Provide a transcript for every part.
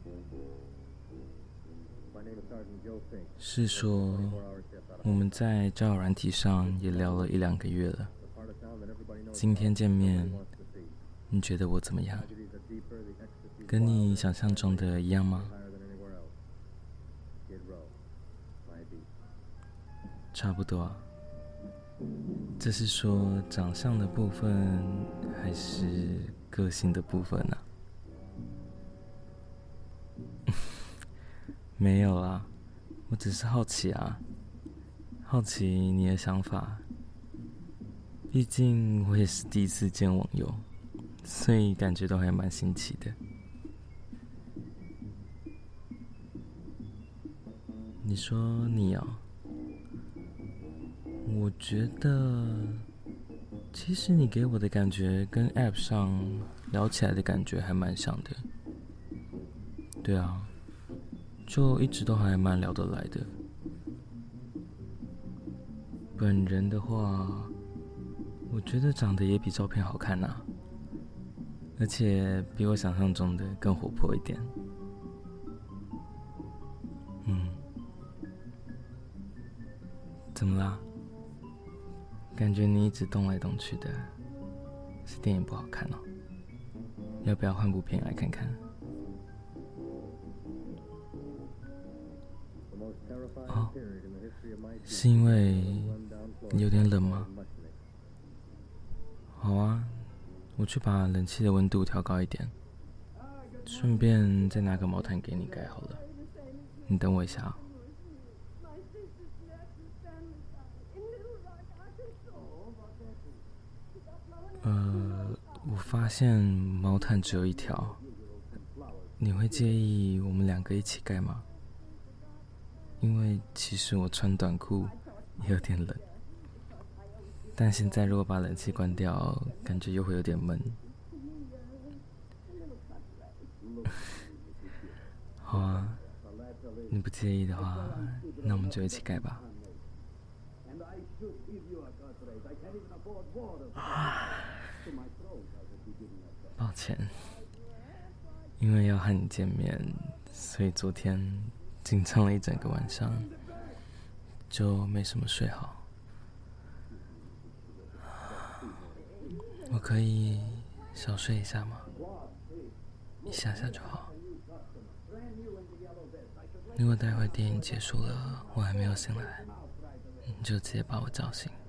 是说我们在交友软体上也聊了1-2个月了，今天见面，你觉得我怎么样？跟你想象中的一样吗？差不多啊。这是说长相的部分，还是个性的部分啊？没有啦，我只是好奇啊，好奇你的想法。毕竟我也是第一次见网友，所以感觉都还蛮新奇的。你说你哦，我觉得其实你给我的感觉跟 App 上聊起来的感觉还蛮像的。对啊，就一直都还蛮聊得来的。本人的话，我觉得长得也比照片好看啊，而且比我想象中的更活泼一点。怎么啦？感觉你一直动来动去的，是电影不好看哦？要不要换部片来看看？哦，是因为你有点冷吗？好啊，我去把冷气的温度调高一点，顺便再拿个毛毯给你盖好了。你等我一下啊。我发现毛毯只有一条，你会介意我们2个一起盖吗？因为其实我穿短裤也有点冷，但现在如果把冷气关掉，感觉又会有点闷。好啊，你不介意的话，那我们就一起盖吧。抱歉，因为要和你见面，所以昨天紧张了一整个晚上，就没什么睡好。我可以小睡一下吗？一下下就好。如果待会电影结束了，我还没有醒来，你就直接把我叫醒。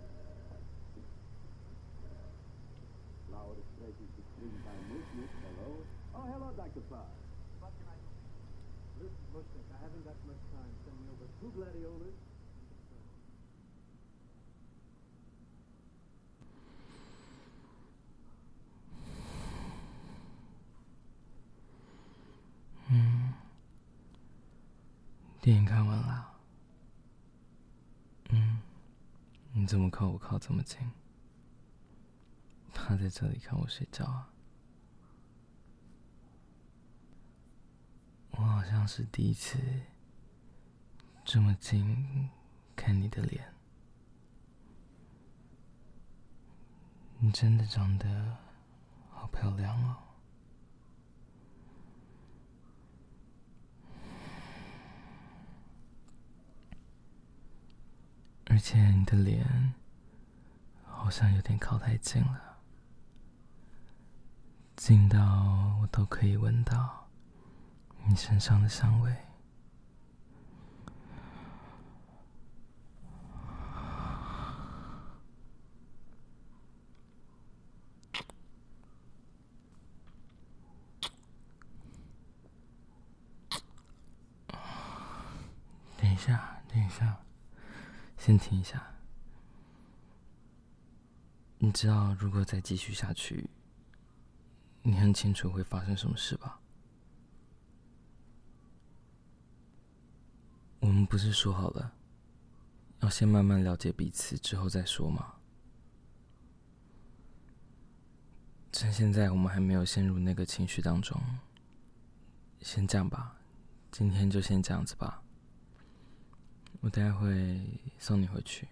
电影看完了。你怎么靠我靠这么近？趴在这里看我睡觉啊？我好像是第一次这么近看你的脸。你真的长得好漂亮哦。而且你的脸好像有点靠太近了，近到我都可以闻到你身上的香味。等一下，先停一下。你知道如果再继续下去，你很清楚会发生什么事吧？我们不是说好了，要先慢慢了解彼此之后再说吗？趁现在我们还没有陷入那个情绪当中，先这样吧，今天就先这样子吧。我待会送你回去。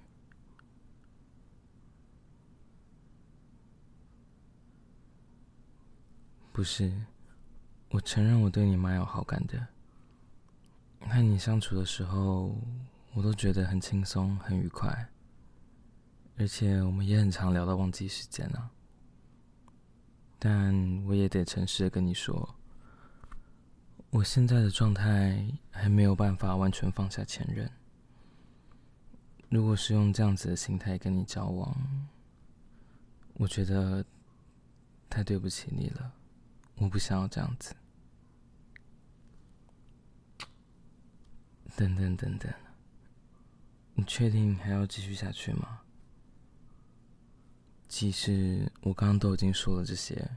不是， 我承认我对你蛮有好感的，和你相处的时候，我都觉得很轻松、很愉快，而且我们也很常聊到忘记时间啊。但我也得诚实的跟你说，我现在的状态还没有办法完全放下前任。如果是用这样子的心态跟你交往，我觉得太对不起你了，我不想要这样子。等等等等，你确定还要继续下去吗？即使我刚刚都已经说了这些，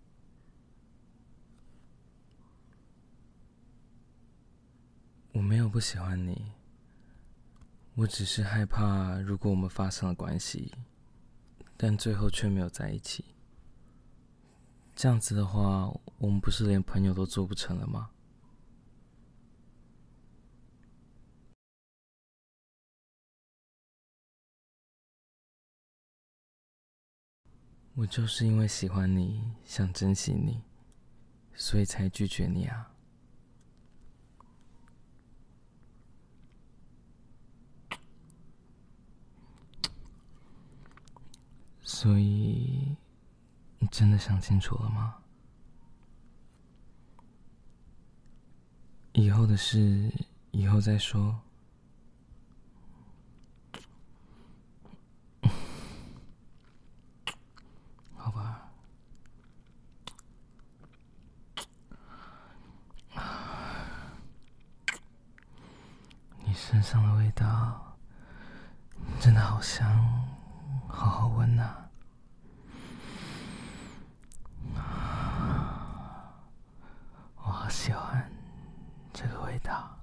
我没有不喜欢你，我只是害怕如果我们发生了关系，但最后却没有在一起，这样子的话，我们不是连朋友都做不成了吗？我就是因为喜欢你，想珍惜你，所以才拒绝你啊。所以，你真的想清楚了吗？以后的事，以后再说。好吧。你身上的味道真的好香，好好闻啊。我好喜欢这个味道。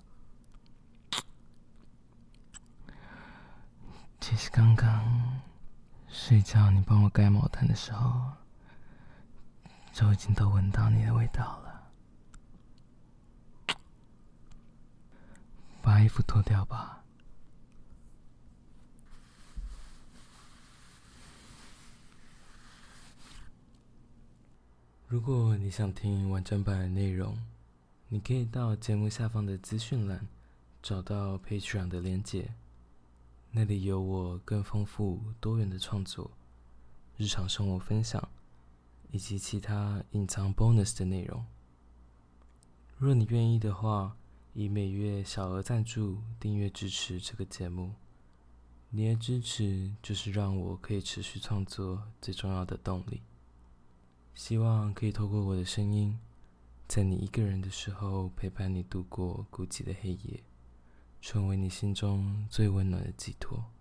其实刚刚睡觉你帮我盖毛毯的时候，就已经都闻到你的味道了。把衣服脱掉吧。如果你想听完整版的内容，你可以到节目下方的资讯栏找到 Patreon 的连结，那里有我更丰富多元的创作、日常生活分享以及其他隐藏 bonus 的内容。若你愿意的话，以每月小额赞助订阅支持这个节目，你的支持就是让我可以持续创作最重要的动力。希望可以透过我的声音，在你一个人的时候陪伴你度过孤寂的黑夜，成为你心中最温暖的寄托。